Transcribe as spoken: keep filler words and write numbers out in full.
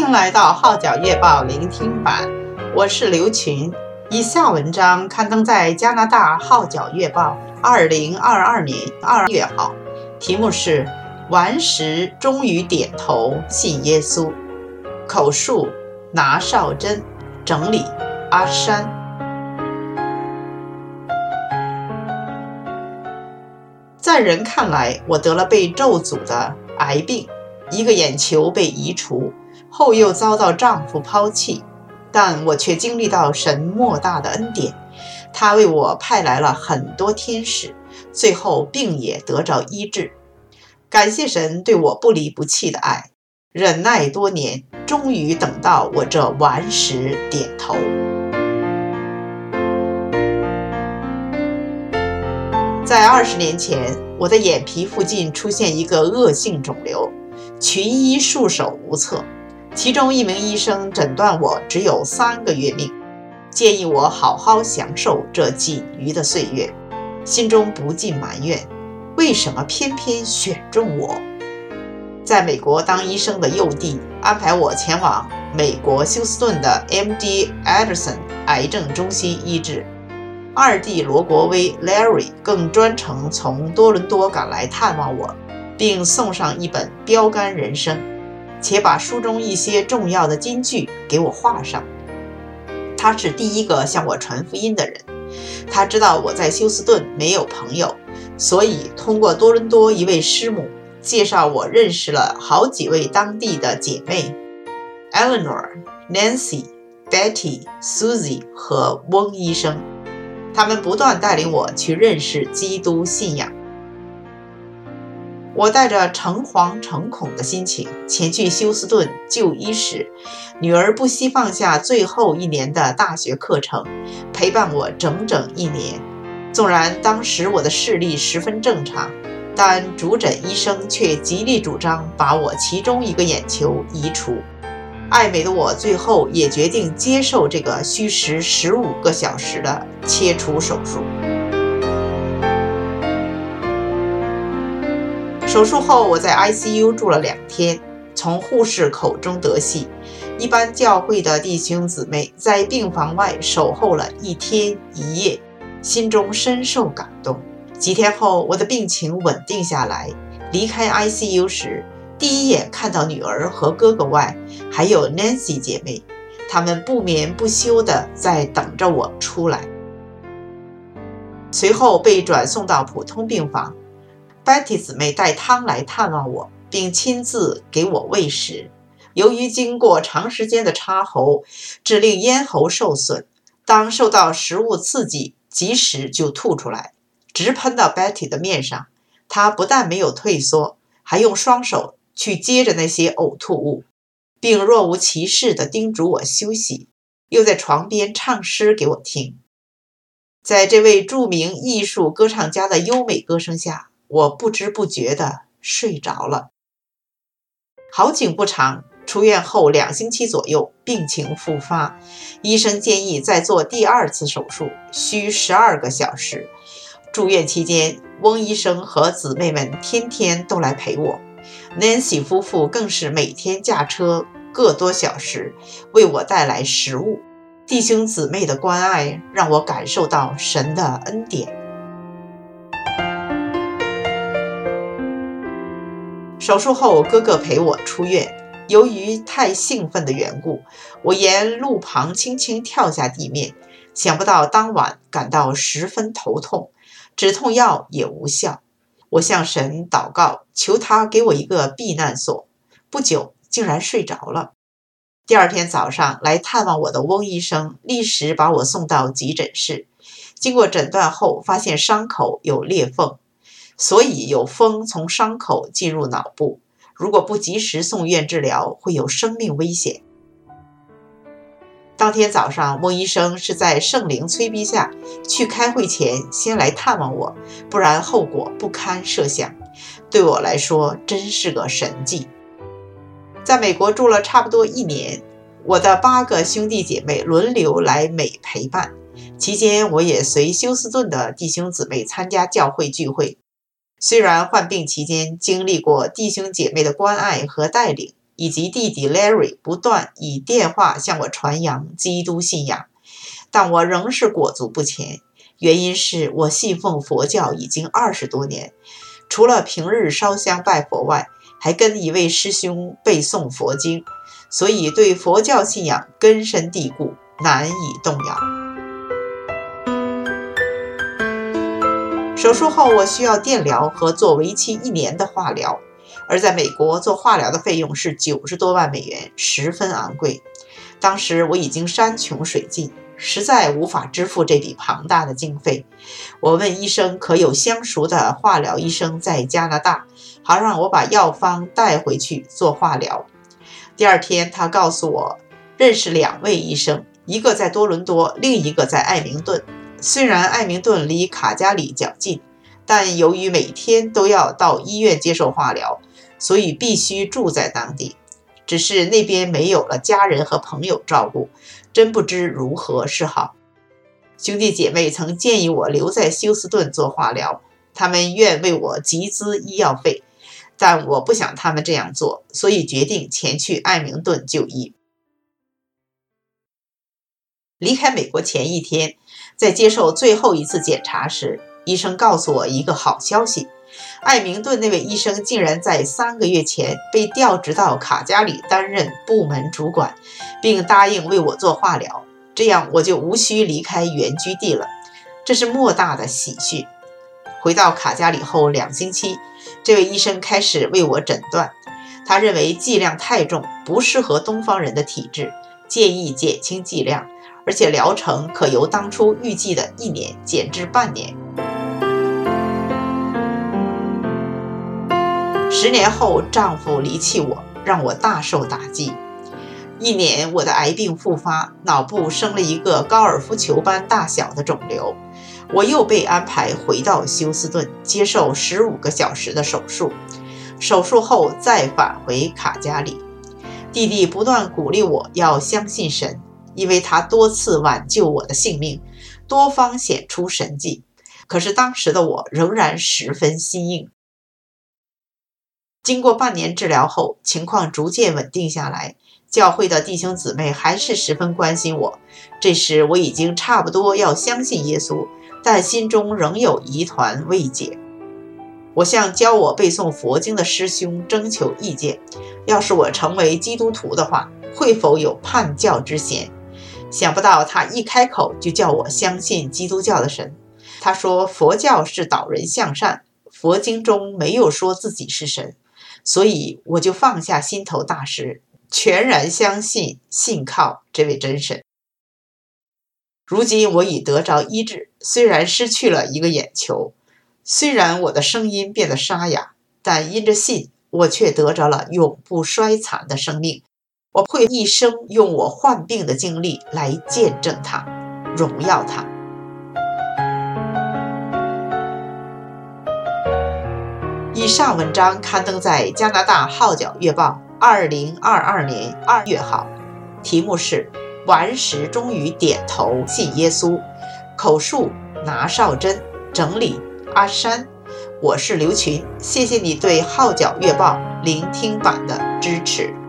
迎来到号角月报聆听版，我是刘群。以下文章刊登在加拿大号角月报二零二二年二月号，题目是顽石终于点头信耶稣，口述拿少珍，整理阿山。在人看来，我得了被咒诅的癌病，一个眼球被移除，后又遭到丈夫抛弃，但我却经历到神莫大的恩典，他为我派来了很多天使，最后病也得着医治。感谢神对我不离不弃的爱，忍耐多年，终于等到我这顽石点头。在二十年前，我的眼皮附近出现一个恶性肿瘤，群医束手无策。其中一名医生诊断我只有三个月命，建议我好好享受这仅余的岁月，心中不禁埋怨，为什么偏偏选中我？在美国当医生的幼弟安排我前往美国休斯顿的 M D Anderson 癌症中心医治，二弟罗国威 Larry 更专程从多伦多赶来探望我，并送上一本标杆人生，且把书中一些重要的金句给我画上。他是第一个向我传福音的人，他知道我在休斯顿没有朋友，所以通过多伦多一位师母介绍我认识了好几位当地的姐妹 Eleanor、Nancy、Betty、Susie 和翁医生，他们不断带领我去认识基督信仰。我带着诚惶诚恐的心情前去休斯顿就医时，女儿不惜放下最后一年的大学课程，陪伴我整整一年。纵然当时我的视力十分正常，但主诊医生却极力主张把我其中一个眼球移除。爱美的我最后也决定接受这个需时十五个小时的切除手术。手术后，我在 I C U 住了两天，从护士口中得悉，一般教会的弟兄姊妹在病房外守候了一天一夜，心中深受感动。几天后，我的病情稳定下来，离开 I C U 时，第一眼看到女儿和哥哥外，还有 Nancy 姐妹，她们不眠不休地在等着我出来。随后被转送到普通病房。Betty 姊妹带汤来探望我，并亲自给我喂食。由于经过长时间的插喉，致令咽喉受损，当受到食物刺激，及时就吐出来，直喷到 Betty 的面上。她不但没有退缩，还用双手去接着那些呕吐物，并若无其事地叮嘱我休息，又在床边唱诗给我听。在这位著名艺术歌唱家的优美歌声下，我不知不觉地睡着了。好景不长，出院后两星期左右，病情复发，医生建议再做第二次手术，需十二个小时。住院期间，翁医生和姊妹们天天都来陪我， Nancy 夫妇更是每天驾车个多小时，为我带来食物。弟兄姊妹的关爱让我感受到神的恩典。手术后，哥哥陪我出院。由于太兴奋的缘故，我沿路旁轻轻跳下地面，想不到当晚感到十分头痛，止痛药也无效。我向神祷告，求他给我一个避难所。不久，竟然睡着了。第二天早上来探望我的翁医生立时把我送到急诊室，经过诊断后，发现伤口有裂缝，所以有风从伤口进入脑部，如果不及时送院治疗，会有生命危险。当天早上，翁医生是在圣灵催逼下，去开会前先来探望我，不然后果不堪设想。对我来说，真是个神迹。在美国住了差不多一年，我的八个兄弟姐妹轮流来美陪伴，期间我也随休斯顿的弟兄姊妹参加教会聚会。虽然患病期间经历过弟兄姐妹的关爱和带领， 以及弟弟 Larry 不断以电话向我传扬基督信仰，但我仍是裹足不前。原因是我信奉佛教已经二十多年，除了平日烧香拜佛外，还跟一位师兄背诵佛经，所以对佛教信仰根深蒂固，难以动摇。手术后，我需要电疗和做为期一年的化疗，而在美国做化疗的费用是九十多万美元，十分昂贵。当时我已经山穷水尽，实在无法支付这笔庞大的经费。我问医生可有相熟的化疗医生在加拿大，好让我把药方带回去做化疗。第二天他告诉我认识两位医生，一个在多伦多，另一个在爱明顿。虽然爱明顿离卡加里较近，但由于每天都要到医院接受化疗，所以必须住在当地。只是那边没有了家人和朋友照顾，真不知如何是好。兄弟姐妹曾建议我留在休斯顿做化疗，他们愿为我集资医药费，但我不想他们这样做，所以决定前去爱明顿就医。离开美国前一天，在接受最后一次检查时，医生告诉我一个好消息，爱明顿那位医生竟然在三个月前被调职到卡加里担任部门主管，并答应为我做化疗，这样我就无需离开原居地了。这是莫大的喜讯。回到卡加里后两星期，这位医生开始为我诊断，他认为剂量太重，不适合东方人的体质，建议减轻剂量，而且疗程可由当初预计的一年减至半年。十年后，丈夫离弃我，让我大受打击。一年，我的癌病复发，脑部生了一个高尔夫球般大小的肿瘤，我又被安排回到休斯顿接受十五个小时的手术。手术后再返回卡加里。弟弟不断鼓励我要相信神，因为他多次挽救我的性命，多方显出神迹。可是当时的我仍然十分心硬。经过半年治疗后，情况逐渐稳定下来，教会的弟兄姊妹还是十分关心我。这时我已经差不多要相信耶稣，但心中仍有疑团未解。我向教我背诵佛经的师兄征求意见，要是我成为基督徒的话，会否有叛教之嫌？想不到他一开口就叫我相信基督教的神。他说佛教是导人向善，佛经中没有说自己是神，所以我就放下心头大石，全然相信信靠这位真神。如今我已得着医治，虽然失去了一个眼球，虽然我的声音变得沙哑，但因着信，我却得着了永不衰残的生命。我会一生用我患病的经历来见证它，荣耀它。以上文章刊登在加拿大号角月报二零二二年二月号，题目是顽石终于点头信耶稣，口述拿少珍，整理阿山。我是刘群，谢谢你对号角月报聆听版的支持。